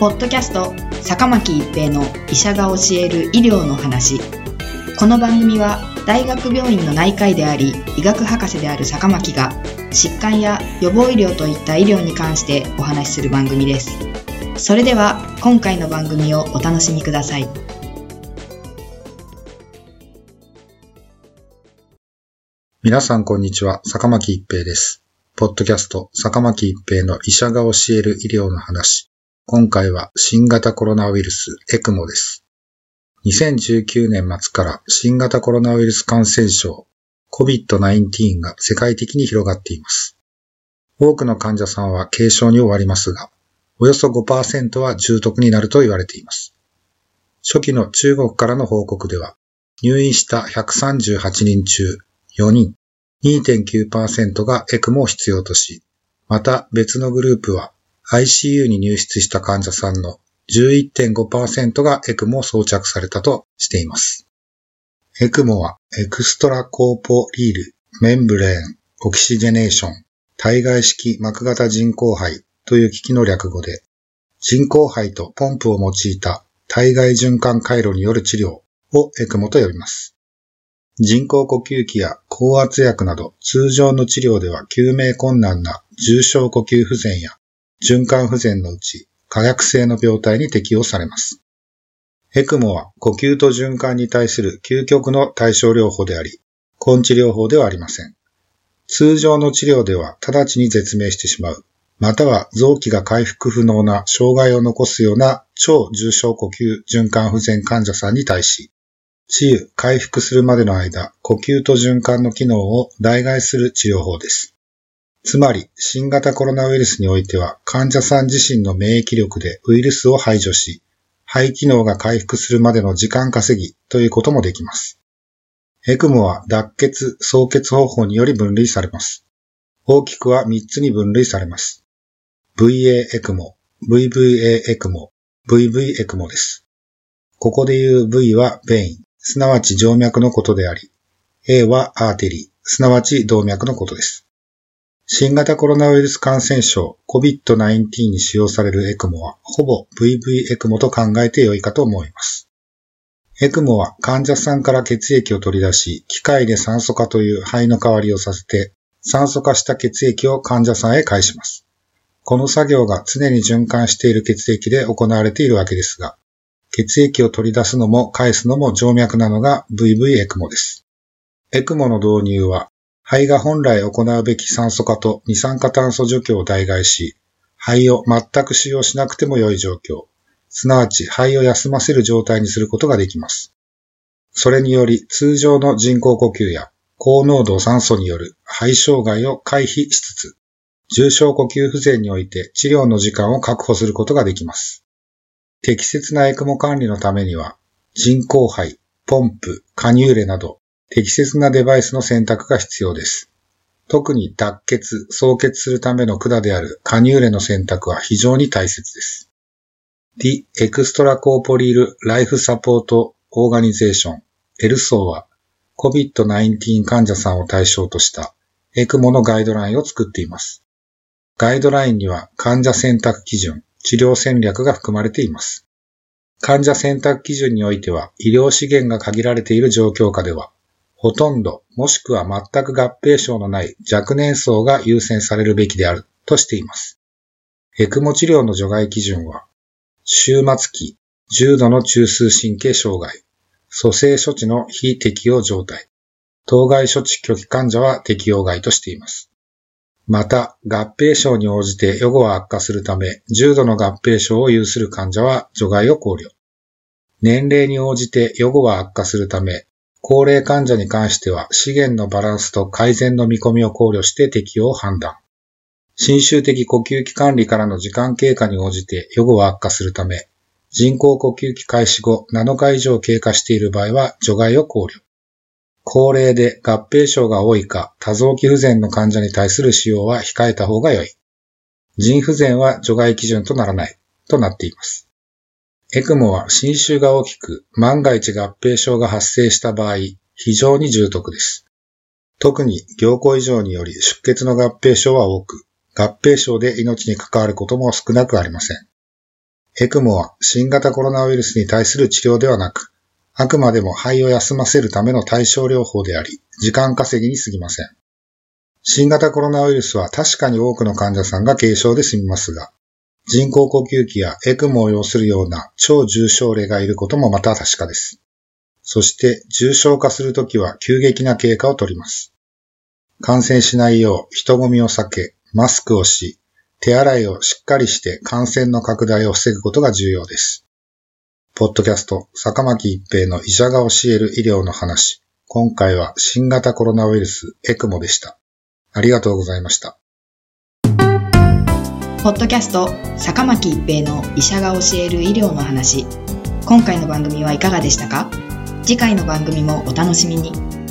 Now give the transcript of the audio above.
ポッドキャスト坂巻一平の医者が教える医療の話。この番組は大学病院の内科医であり医学博士である坂巻が疾患や予防医療といった医療に関してお話しする番組です。それでは今回の番組をお楽しみください。 皆さんこんにちは、坂巻一平です。ポッドキャスト坂巻一平の医者が教える医療の話。今回は新型コロナウイルスECMOです。2019年末から新型コロナウイルス感染症 COVID-19 が世界的に広がっています。多くの患者さんは軽症に終わりますが、およそ 5% は重篤になると言われています。初期の中国からの報告では、入院した138人中4人、2.9% が ECMO を必要とし、また別のグループは ICU に入室した患者さんの 11.5% が ECMO を装着されたとしています。ECMO はエクストラコーポリールメンブレーンオキシジェネーション体外式膜型人工肺という機器の略語で、人工肺とポンプを用いた体外循環回路による治療を ECMO と呼びます。人工呼吸器や高圧薬など通常の治療では救命困難な重症呼吸不全や循環不全のうち可逆性の病態に適用されます。ECMO は呼吸と循環に対する究極の対症療法であり、根治療法ではありません。通常の治療では直ちに絶命してしまう、または臓器が回復不能な障害を残すような超重症呼吸循環不全患者さんに対し、治癒・回復するまでの間、呼吸と循環の機能を代替する治療法です。つまり、新型コロナウイルスにおいては、患者さん自身の免疫力でウイルスを排除し、肺機能が回復するまでの時間稼ぎということもできます。ECMO は脱血・送血方法により分類されます。大きくは3つに分類されます。VA ECMO、VVA ECMO、VV ECMO です。ここでいう V はベイン、すなわち静脈のことであり、A はアーテリー、すなわち動脈のことです。新型コロナウイルス感染症 COVID-19 に使用される ECMO はほぼ VV ECMO と考えて良いかと思います。ECMO は患者さんから血液を取り出し、機械で酸素化という肺の代わりをさせて、酸素化した血液を患者さんへ返します。この作業が常に循環している血液で行われているわけですが、血液を取り出すのも返すのも静脈なのが VV ECMO です。ECMO の導入は、肺が本来行うべき酸素化と二酸化炭素除去を代替し、肺を全く使用しなくても良い状況、すなわち肺を休ませる状態にすることができます。それにより通常の人工呼吸や高濃度酸素による肺障害を回避しつつ、重症呼吸不全において治療の時間を確保することができます。適切なECMO管理のためには、人工肺、ポンプ、カニューレなど、適切なデバイスの選択が必要です。特に脱血、送血するための管であるカニューレの選択は非常に大切です。The Extracorporeal Life Support Organization ELSO は COVID-19 患者さんを対象としたECMOのガイドラインを作っています。ガイドラインには患者選択基準、治療戦略が含まれています。患者選択基準においては医療資源が限られている状況下では、ほとんどもしくは全く合併症のない若年層が優先されるべきであるとしています。ECMO 治療の除外基準は、終末期、重度の中枢神経障害、蘇生処置の非適用状態、当該処置拒否患者は適用外としています。また、合併症に応じて予後は悪化するため、重度の合併症を有する患者は除外を考慮。年齢に応じて予後は悪化するため、高齢患者に関しては資源のバランスと改善の見込みを考慮して適用を判断。侵襲的呼吸器管理からの時間経過に応じて予後は悪化するため、人工呼吸器開始後7日以上経過している場合は除外を考慮。高齢で合併症が多いか多臓器不全の患者に対する使用は控えた方が良い。腎不全は除外基準とならないとなっています。ECMO は侵襲が大きく万が一合併症が発生した場合、非常に重篤です。特に凝固異常により出血の合併症は多く、合併症で命に関わることも少なくありません。 エクモは新型コロナウイルスに対する治療ではなく、あくまでも肺を休ませるための対症療法であり、時間稼ぎに過ぎません。新型コロナウイルスは確かに多くの患者さんが軽症で済みますが、人工呼吸器やエクモを要するような超重症例がいることもまた確かです。そして重症化するときは急激な経過を取ります。感染しないよう人混みを避け、マスクをし、手洗いをしっかりして感染の拡大を防ぐことが重要です。ポッドキャスト、坂巻一平の医者が教える医療の話。今回は新型コロナウイルスエクモでした。ありがとうございました。 ポッドキャスト、坂巻一平の医者が教える医療の話。今回の番組はいかがでしたか？次回の番組もお楽しみに。